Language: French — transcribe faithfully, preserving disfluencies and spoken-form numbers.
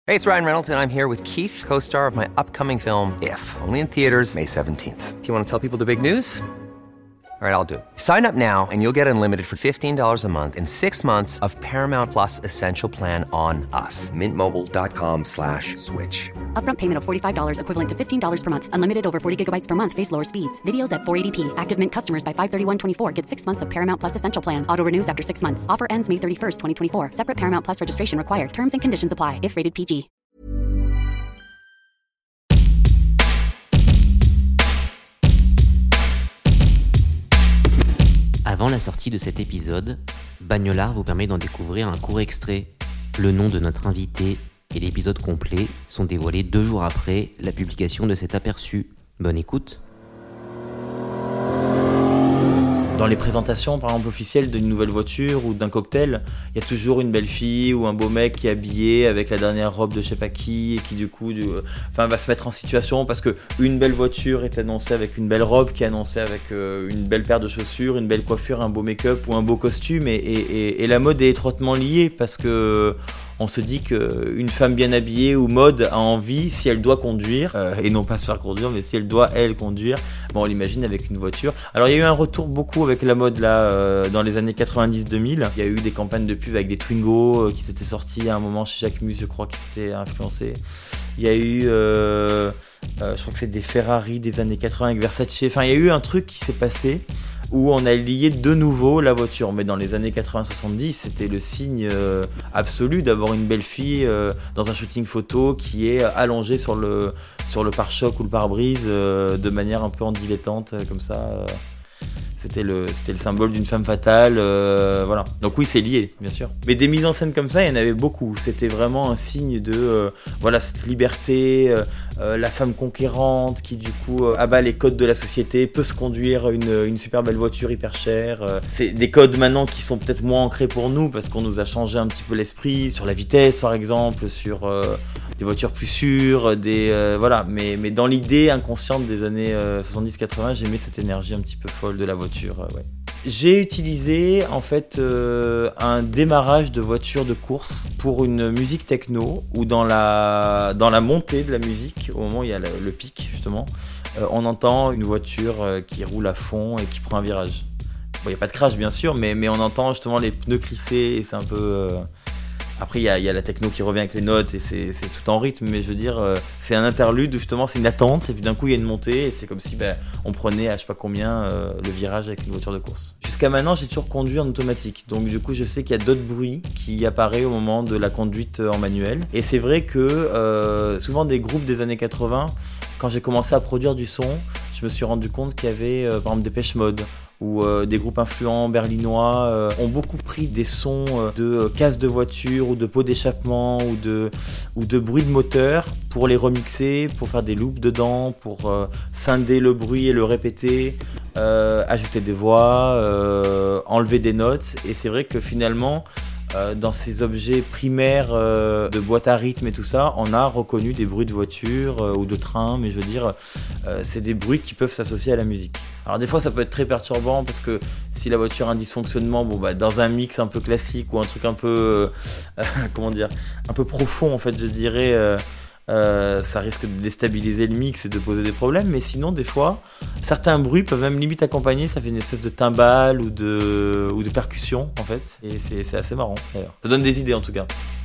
Hey, it's Ryan Reynolds, and I'm here with Keith, co-star of my upcoming film, If, only in theaters May seventeenth. Do you want to tell people the big news? All right, I'll do it. Sign up now and you'll get unlimited for fifteen dollars a month and six months of Paramount Plus Essential Plan on us. Mint Mobile dot com slash switch. Upfront payment of forty-five dollars equivalent to fifteen dollars per month. Unlimited over forty gigabytes per month. Face lower speeds. Videos at four eighty p. Active Mint customers by five thirty-one twenty-four get six months of Paramount Plus Essential Plan. Auto renews after six months. Offer ends May thirty-first, twenty twenty-four. Separate Paramount Plus registration required. Terms and conditions apply if rated P G. Avant la sortie de cet épisode, Bagnolard vous permet d'en découvrir un court extrait. Le nom de notre invité et l'épisode complet sont dévoilés deux jours après la publication de cet aperçu. Bonne écoute. Dans les présentations, par exemple, officielles d'une nouvelle voiture ou d'un cocktail, il y a toujours une belle fille ou un beau mec qui est habillé avec la dernière robe de je sais pas qui et qui du coup du, euh, enfin, va se mettre en situation parce qu'une belle voiture est annoncée avec une belle robe qui est annoncée avec euh, une belle paire de chaussures, une belle coiffure, un beau make-up ou un beau costume et, et, et, et la mode est étroitement liée parce que on se dit qu'une femme bien habillée ou mode a envie, si elle doit conduire, euh, et non pas se faire conduire, mais si elle doit, elle, conduire, bon, on l'imagine avec une voiture. Alors, il y a eu un retour beaucoup avec la mode, là, euh, dans les années quatre-vingt-dix deux mille. Il y a eu des campagnes de pub avec des Twingo euh, qui s'étaient sortis à un moment chez Jacques Mus, je crois, qui s'étaient influencés. Il y a eu, euh, euh, je crois que c'est des Ferrari des années quatre-vingts avec Versace. Enfin, il y a eu un truc qui s'est passé où on a lié de nouveau la voiture. Mais dans les années quatre-vingts soixante-dix, c'était le signe euh, absolu d'avoir une belle fille euh, dans un shooting photo qui est allongée sur le, sur le pare-choc ou le pare-brise euh, de manière un peu en dilettante, euh, comme ça. Euh. C'était le, c'était le symbole d'une femme fatale, euh, voilà. Donc oui, c'est lié, bien sûr. Mais des mises en scène comme ça, il y en avait beaucoup. C'était vraiment un signe de, euh, voilà, cette liberté, euh, euh, la femme conquérante qui du coup euh, abat les codes de la société, peut se conduire une, une super belle voiture hyper chère. Euh, c'est des codes maintenant qui sont peut-être moins ancrés pour nous parce qu'on nous a changé un petit peu l'esprit sur la vitesse, par exemple, sur euh, des voitures plus sûres, des euh, voilà. Mais mais dans l'idée inconsciente des années euh, soixante-dix quatre-vingts, j'aimais cette énergie un petit peu folle de la voiture. Ouais. J'ai utilisé en fait euh, un démarrage de voiture de course pour une musique techno où dans la, dans la montée de la musique, au moment où il y a le, le pic justement, euh, on entend une voiture euh, qui roule à fond et qui prend un virage. Bon, il n'y a pas de crash bien sûr, mais, mais on entend justement les pneus crisser et c'est un peu... Euh... Après, il y a, y a la techno qui revient avec les notes et c'est, c'est tout en rythme, mais je veux dire, euh, c'est un interlude où justement c'est une attente et puis d'un coup il y a une montée et c'est comme si bah, on prenait à je sais pas combien euh, le virage avec une voiture de course. Jusqu'à maintenant, j'ai toujours conduit en automatique, donc du coup je sais qu'il y a d'autres bruits qui apparaissent au moment de la conduite en manuel. Et c'est vrai que euh, souvent des groupes des années quatre-vingts, quand j'ai commencé à produire du son, je me suis rendu compte qu'il y avait euh, par exemple Dépêche Mode, où euh, des groupes influents berlinois euh, ont beaucoup pris des sons euh, de euh, casse de voiture ou de pots d'échappement ou de, ou de bruit de moteur pour les remixer, pour faire des loops dedans, pour euh, scinder le bruit et le répéter, euh, ajouter des voix, euh, enlever des notes. Et c'est vrai que finalement, Euh, dans ces objets primaires euh, de boîte à rythme et tout ça, on a reconnu des bruits de voiture euh, ou de train, mais je veux dire, euh, c'est des bruits qui peuvent s'associer à la musique. Alors des fois ça peut être très perturbant parce que si la voiture a un dysfonctionnement, bon bah dans un mix un peu classique ou un truc un peu, euh, comment dire, un peu profond en fait, je dirais, euh, Euh, ça risque de déstabiliser le mix et de poser des problèmes, mais sinon des fois certains bruits peuvent même limite accompagner, ça fait une espèce de timbale ou de, ou de percussion en fait, et c'est, c'est assez marrant d'ailleurs, ça donne des idées en tout cas.